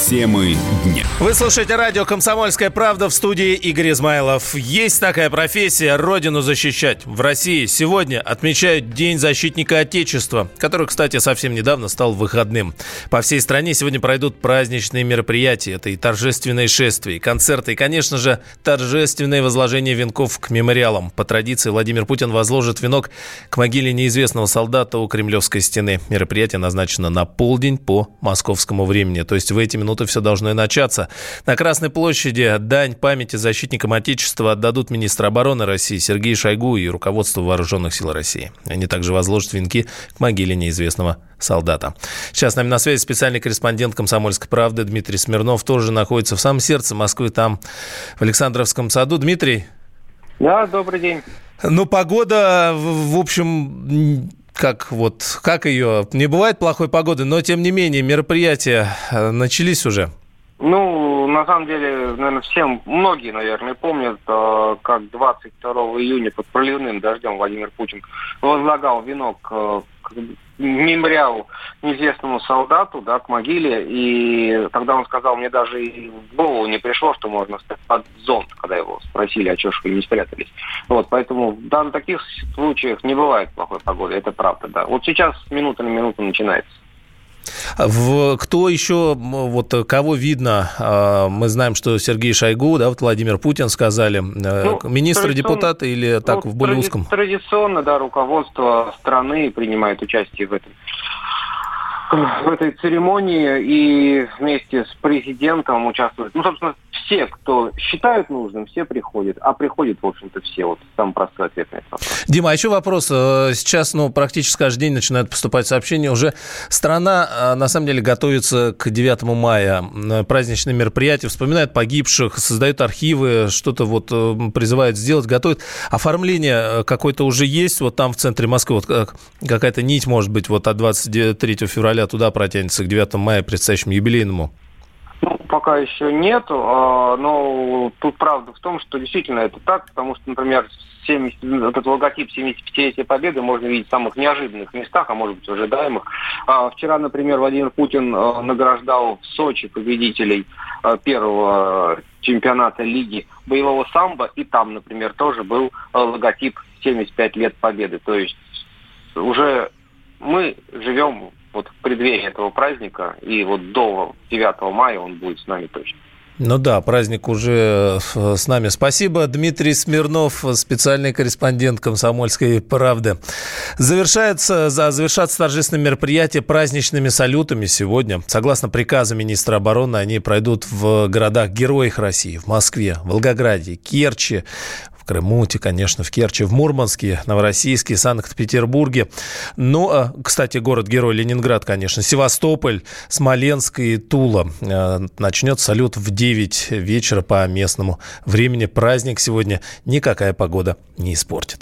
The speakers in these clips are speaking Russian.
Темы дня. Вы слушаете радио «Комсомольская правда», в студии Игорь Измайлов. Есть такая профессия — родину защищать. В России сегодня отмечают День защитника Отечества, который, кстати, совсем недавно стал выходным. По всей стране сегодня пройдут праздничные мероприятия. Это и торжественные шествия, и концерты, и, конечно же, торжественное возложение венков к мемориалам. По традиции Владимир Путин возложит венок к могиле неизвестного солдата у Кремлевской стены. Мероприятие назначено на полдень по московскому времени. То есть в эти минуты все должно и начаться. На Красной площади дань памяти защитникам Отечества отдадут министр обороны России Сергей Шойгу и руководство Вооруженных сил России. Они также возложат венки к могиле неизвестного солдата. Сейчас с нами на связи специальный корреспондент «Комсомольской правды» Дмитрий Смирнов. Тоже находится в самом сердце Москвы, там, в Александровском саду. Дмитрий? Да, добрый день. Ну, погода, в общем... Как ее? Не бывает плохой погоды, но, тем не менее, мероприятия начались уже. Ну, на самом деле, наверное, многие, наверное, помнят, как 22 июня под проливным дождем Владимир Путин возлагал венок к мемориалу неизвестному солдату, да, к могиле. И тогда он сказал, мне даже и в голову не пришло, что можно стать под зонт, когда его спросили, а чего ж вы не спрятались. Вот, поэтому в таких случаях не бывает плохой погоды, это правда, да. Вот сейчас минута на минуту начинается. Кто еще, кого видно? Мы знаем, что Сергей Шойгу, да, Владимир Путин сказали. Министры, депутаты или так в более узком? Традиционно, да, руководство страны принимает участие в этой церемонии и вместе с президентом участвуют. Ну, собственно, все, кто считают нужным, все приходят. А приходят, в общем-то, все. Вот самый простой ответ на этот вопрос. Дима, а еще вопрос. Сейчас, практически каждый день начинают поступать сообщения. Уже страна, на самом деле, готовится к 9 мая. Праздничные мероприятия, вспоминают погибших, создают архивы, что-то призывают сделать, готовят. Оформление какое-то уже есть вот там в центре Москвы. Вот какая-то нить, может быть, от 23 февраля туда протянется к 9 мая, предстоящему юбилейному. Пока еще нету, но тут правда в том, что действительно это так, потому что, например, этот логотип 75-летия Победы можно видеть в самых неожиданных местах, а может быть ожидаемых. Вчера, например, Владимир Путин награждал в Сочи победителей первого чемпионата лиги боевого самбо, и там, например, тоже был логотип 75 лет Победы. То есть уже мы живем в преддверии этого праздника, и до 9 мая он будет с нами точно. Ну да, праздник уже с нами. Спасибо, Дмитрий Смирнов, специальный корреспондент «Комсомольской правды». Завершатся торжественные мероприятия праздничными салютами сегодня. Согласно приказу министра обороны, они пройдут в городах-героях России, в Москве, Волгограде, Керчи, в Крыму, конечно, в Керчи, в Мурманске, Новороссийске, Санкт-Петербурге. Кстати, город-герой Ленинград, конечно, Севастополь, Смоленск и Тула. Начнет салют в 9 вечера по местному времени. Праздник сегодня никакая погода не испортит.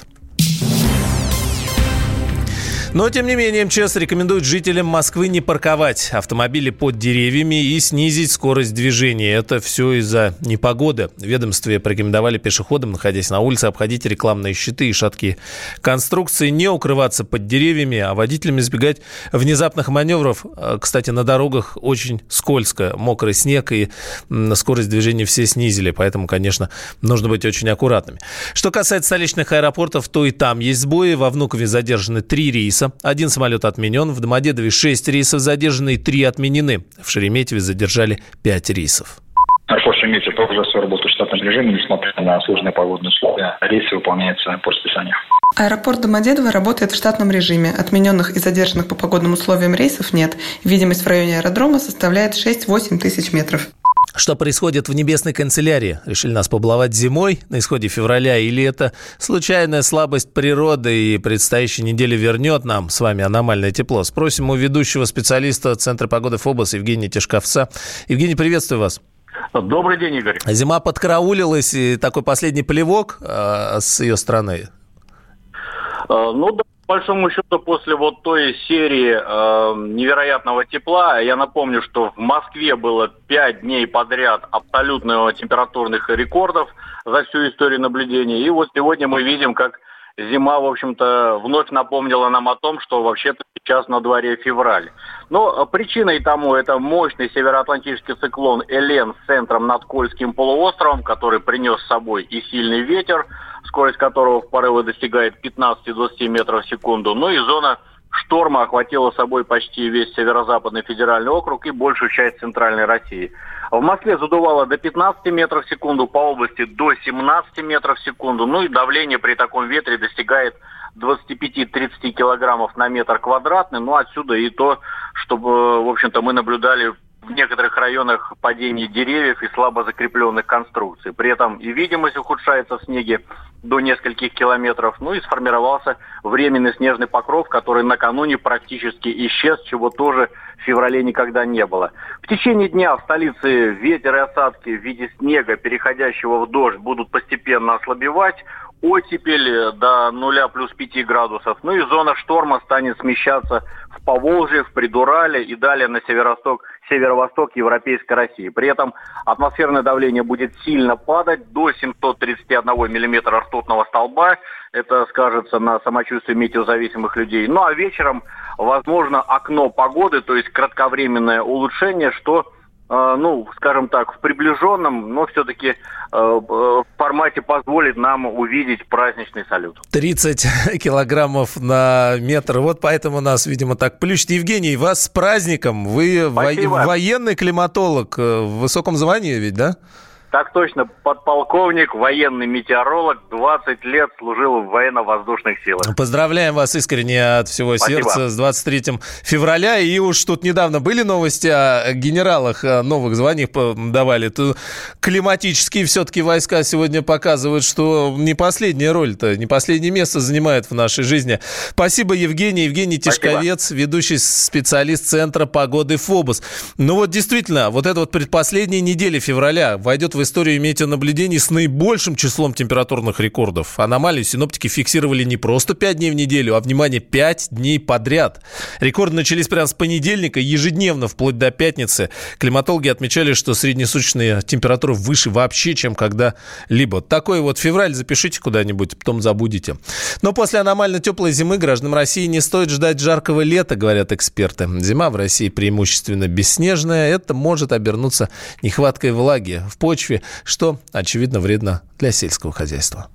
Но, тем не менее, МЧС рекомендует жителям Москвы не парковать автомобили под деревьями и снизить скорость движения. Это все из-за непогоды. В ведомстве порекомендовали пешеходам, находясь на улице, обходить рекламные щиты и шаткие конструкции, не укрываться под деревьями, а водителям избегать внезапных маневров. Кстати, на дорогах очень скользко, мокрый снег, и скорость движения все снизили. Поэтому, конечно, нужно быть очень аккуратными. Что касается столичных аэропортов, то и там есть сбои. Во Внукове задержаны 3 рейса. 1 самолет отменен. В Домодедове 6 рейсов задержаны и 3 отменены. В Шереметьеве задержали 5 рейсов. Аэропорт Шереметьево продолжает свою работу в штатном режиме, несмотря на сложные погодные условия. Рейсы выполняются по расписанию. Аэропорт Домодедово работает в штатном режиме. Отмененных и задержанных по погодным условиям рейсов нет. Видимость в районе аэродрома составляет 6-8 тысяч метров. Что происходит в небесной канцелярии? Решили нас побаловать зимой на исходе февраля? Или это случайная слабость природы и предстоящей неделе вернет нам с вами аномальное тепло? Спросим у ведущего специалиста Центра погоды ФОБОС Евгения Тишковца. Евгений, приветствую вас. Добрый день, Игорь. Зима подкараулилась, и такой последний плевок с ее стороны. Да, по большому счету, после той серии невероятного тепла, я напомню, что в Москве было 5 дней подряд абсолютно температурных рекордов за всю историю наблюдений. И сегодня мы видим, как зима, в общем-то, вновь напомнила нам о том, что вообще-то сейчас на дворе февраль. Но причиной тому это мощный североатлантический циклон Элен с центром над Кольским полуостровом, который принес с собой и сильный ветер, скорость которого в порывы достигает 15-20 метров в секунду. Ну и зона шторма охватила собой почти весь северо-западный федеральный округ и большую часть центральной России. В Москве задувало до 15 метров в секунду, по области до 17 метров в секунду. Ну и давление при таком ветре достигает 25-30 килограммов на метр квадратный. Ну отсюда и то, чтобы, в общем-то, мы наблюдали в некоторых районах падение деревьев и слабо закрепленных конструкций. При этом и видимость ухудшается в снеге до нескольких километров. Ну и сформировался временный снежный покров, который накануне практически исчез, чего тоже в феврале никогда не было. В течение дня в столице ветер и осадки в виде снега, переходящего в дождь, будут постепенно ослабевать. Оттепель до 0 плюс 5 градусов. Ну и зона шторма станет смещаться в Поволжье, в Придурале и далее на северо-восток Европейской России. При этом атмосферное давление будет сильно падать до 731 миллиметра ртутного столба. Это скажется на самочувствии метеозависимых людей. Ну а вечером возможно окно погоды, то есть кратковременное улучшение, что скажем так, в приближенном, но все-таки формате позволит нам увидеть праздничный салют. 30 килограммов на метр. Вот поэтому нас, видимо, так плющит. Евгений, вас с праздником. Вы военный климатолог в высоком звании ведь, да? Так точно, подполковник, военный метеоролог, 20 лет служил в военно-воздушных силах. Поздравляем вас искренне от всего сердца с 23 февраля. И уж тут недавно были новости о генералах, новых званиях давали. Климатические все-таки войска сегодня показывают, что не последняя роль-то, не последнее место занимает в нашей жизни. Спасибо, Евгений. Евгений Тишковец, ведущий специалист Центра погоды ФОБОС. Ну вот действительно, вот эта вот предпоследняя неделя февраля войдет в историю метеонаблюдений с наибольшим числом температурных рекордов. Аномалию синоптики фиксировали не просто 5 дней в неделю, а, внимание, 5 дней подряд. Рекорды начались прямо с понедельника, ежедневно, вплоть до пятницы. Климатологи отмечали, что среднесуточные температуры выше вообще, чем когда-либо. Такой вот февраль запишите куда-нибудь, потом забудете. Но после аномально теплой зимы гражданам России не стоит ждать жаркого лета, говорят эксперты. Зима в России преимущественно бесснежная. Это может обернуться нехваткой влаги в почве, что, очевидно, вредно для сельского хозяйства.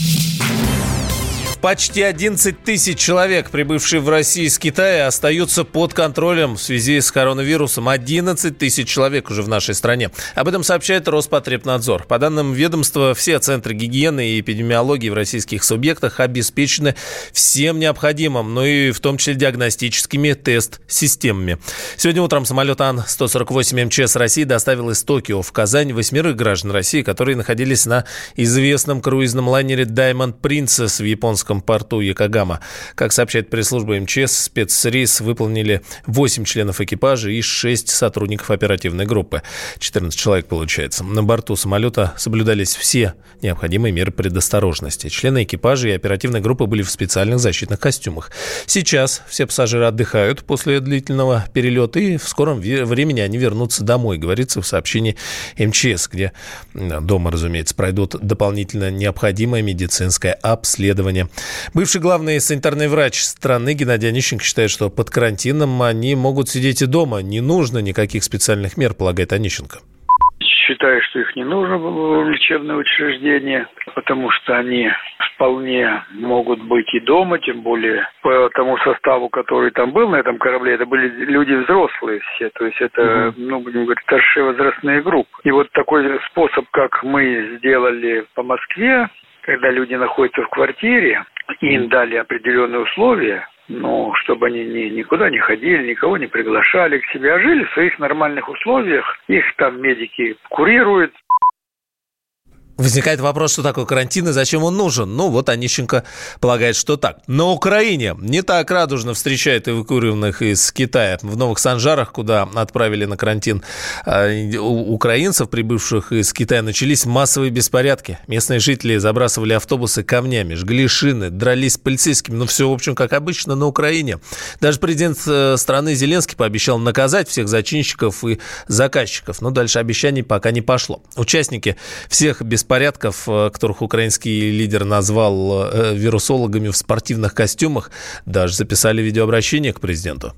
Почти 11 тысяч человек, прибывшие в Россию из Китая, остаются под контролем в связи с коронавирусом. 11 тысяч человек уже в нашей стране. Об этом сообщает Роспотребнадзор. По данным ведомства, все центры гигиены и эпидемиологии в российских субъектах обеспечены всем необходимым, ну и в том числе диагностическими тест-системами. Сегодня утром самолет Ан-148 МЧС России доставил из Токио в Казань 8 граждан России, которые находились на известном круизном лайнере Diamond Princess в японском порту Йокогама. Как сообщает пресс-служба МЧС, спецрейс выполнили 8 членов экипажа и 6 сотрудников оперативной группы. 14 человек, получается. На борту самолета соблюдались все необходимые меры предосторожности. Члены экипажа и оперативной группы были в специальных защитных костюмах. Сейчас все пассажиры отдыхают после длительного перелета, и в скором времени они вернутся домой, говорится в сообщении МЧС, где дома, разумеется, пройдут дополнительно необходимое медицинское обследование. Бывший главный санитарный врач страны Геннадий Онищенко считает, что под карантином они могут сидеть и дома. Не нужно никаких специальных мер, полагает Онищенко. Считаю, что их не нужно было в лечебное учреждение, потому что они вполне могут быть и дома, тем более по тому составу, который там был на этом корабле, это были люди взрослые все, то есть это, будем говорить, старшие возрастные группы. И вот такой способ, как мы сделали по Москве, когда люди находятся в квартире, им дали определенные условия, чтобы они никуда не ходили, никого не приглашали к себе, а жили в своих нормальных условиях. Их там медики курируют. Возникает вопрос, что такое карантин и зачем он нужен. Вот Онищенко полагает, что так. На Украине не так радужно встречают эвакуированных из Китая. В Новых Санжарах, куда отправили на карантин украинцев, прибывших из Китая, начались массовые беспорядки. Местные жители забрасывали автобусы камнями, жгли шины, дрались с полицейскими. Все, в общем, как обычно на Украине. Даже президент страны Зеленский пообещал наказать всех зачинщиков и заказчиков. Но дальше обещаний пока не пошло. Участники всех беспорядков беспорядков, которых украинский лидер назвал вирусологами в спортивных костюмах, даже записали видеообращение к президенту.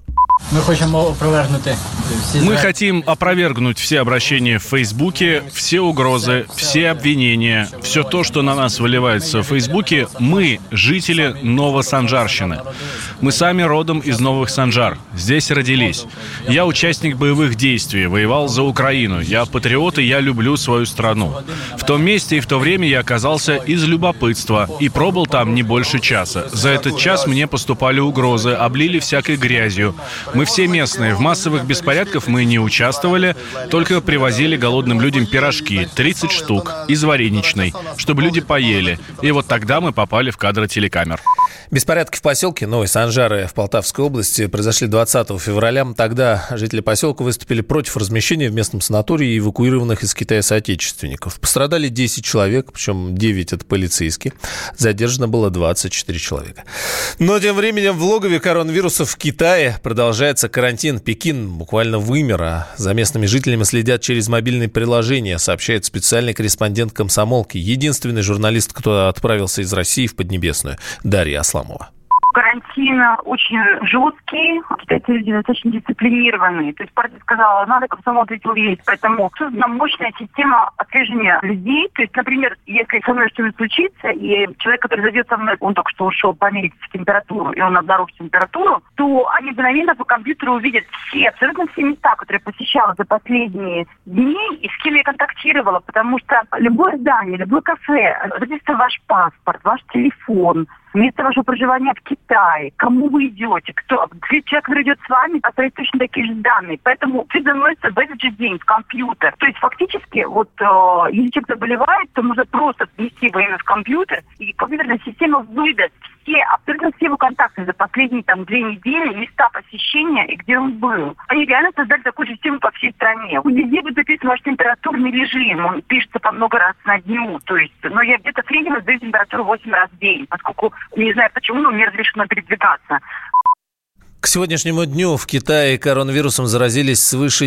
Мы хотим опровергнуть все обращения в Фейсбуке, все угрозы, все обвинения, все то, что на нас выливается в Фейсбуке. Мы жители Новосанжарщины. Мы сами родом из Новых Санжар. Здесь родились. Я участник боевых действий, воевал за Украину. Я патриот, и я люблю свою страну. В том месте и в то время я оказался из любопытства и пробыл там не больше часа. За этот час мне поступали угрозы, облили всякой грязью. Мы все местные. В массовых беспорядках мы не участвовали, только привозили голодным людям пирожки, 30 штук, из вареничной, чтобы люди поели. И вот тогда мы попали в кадры телекамер. Беспорядки в поселке Новые Санжары в Полтавской области произошли 20 февраля. Тогда жители поселка выступили против размещения в местном санатории эвакуированных из Китая соотечественников. Пострадали 10 человек, причем 9 это полицейские. Задержано было 24 человека. Но тем временем в логове коронавируса в Китае продолжается карантин. Пекин буквально вымер, а за местными жителями следят через мобильные приложения, сообщает специальный корреспондент «Комсомолки». Единственный журналист, кто отправился из России в Поднебесную, Дарья Асламова. Карантин очень жесткий, китайцы люди достаточно дисциплинированные. То есть партия сказала, надо Комсомол ответил есть. Поэтому создана мощная система отслеживания людей. То есть, например, если со мной что-нибудь случится, и человек, который зайдет со мной, он только что ушел померить температуру, и он обнаружит температуру, то они мгновенно по компьютеру увидят абсолютно все места, которые я посещала за последние дни, и с кем я контактировала. Потому что любое здание, любое кафе, задействуется ваш паспорт, ваш телефон, место вашего проживания в Китае, кому вы идете, кто человек, который идет с вами, оставит точно такие же данные. Поэтому все заносится в этот же день в компьютер. То есть фактически, если человек заболевает, то нужно просто внести его имя в компьютер, и компьютерная система выдаст абсолютно все его контакты за последние 2 недели, места посещения и где он был. Они реально создали такую систему по всей стране. Везде будет записан ваш температурный режим, он пишется по много раз на дню. То есть, я где-то в среднем сдаю температуру 8 раз в день, поскольку не знаю почему, но мне разрешено передвигаться. К сегодняшнему дню в Китае коронавирусом заразились свыше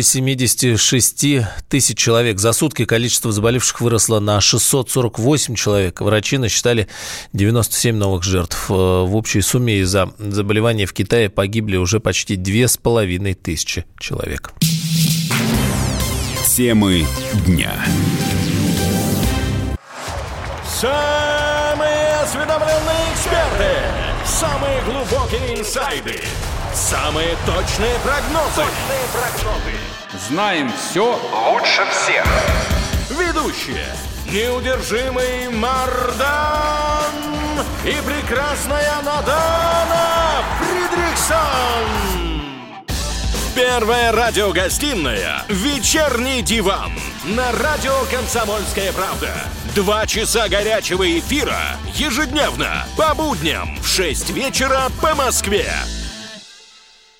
76 тысяч человек. За сутки количество заболевших выросло на 648 человек. Врачи насчитали 97 новых жертв. В общей сумме из-за заболевания в Китае погибли уже почти 2500 человек. Темы дня. Самые осведомленные эксперты, самые глубокие инсайды, самые точные прогнозы. Знаем все лучше всех. Ведущие: неудержимый Мардан и прекрасная Надана Фридрихсон. Первая радиогостинная «Вечерний диван» на радио «Комсомольская правда». 2 часа горячего эфира ежедневно по будням в 6 вечера по Москве.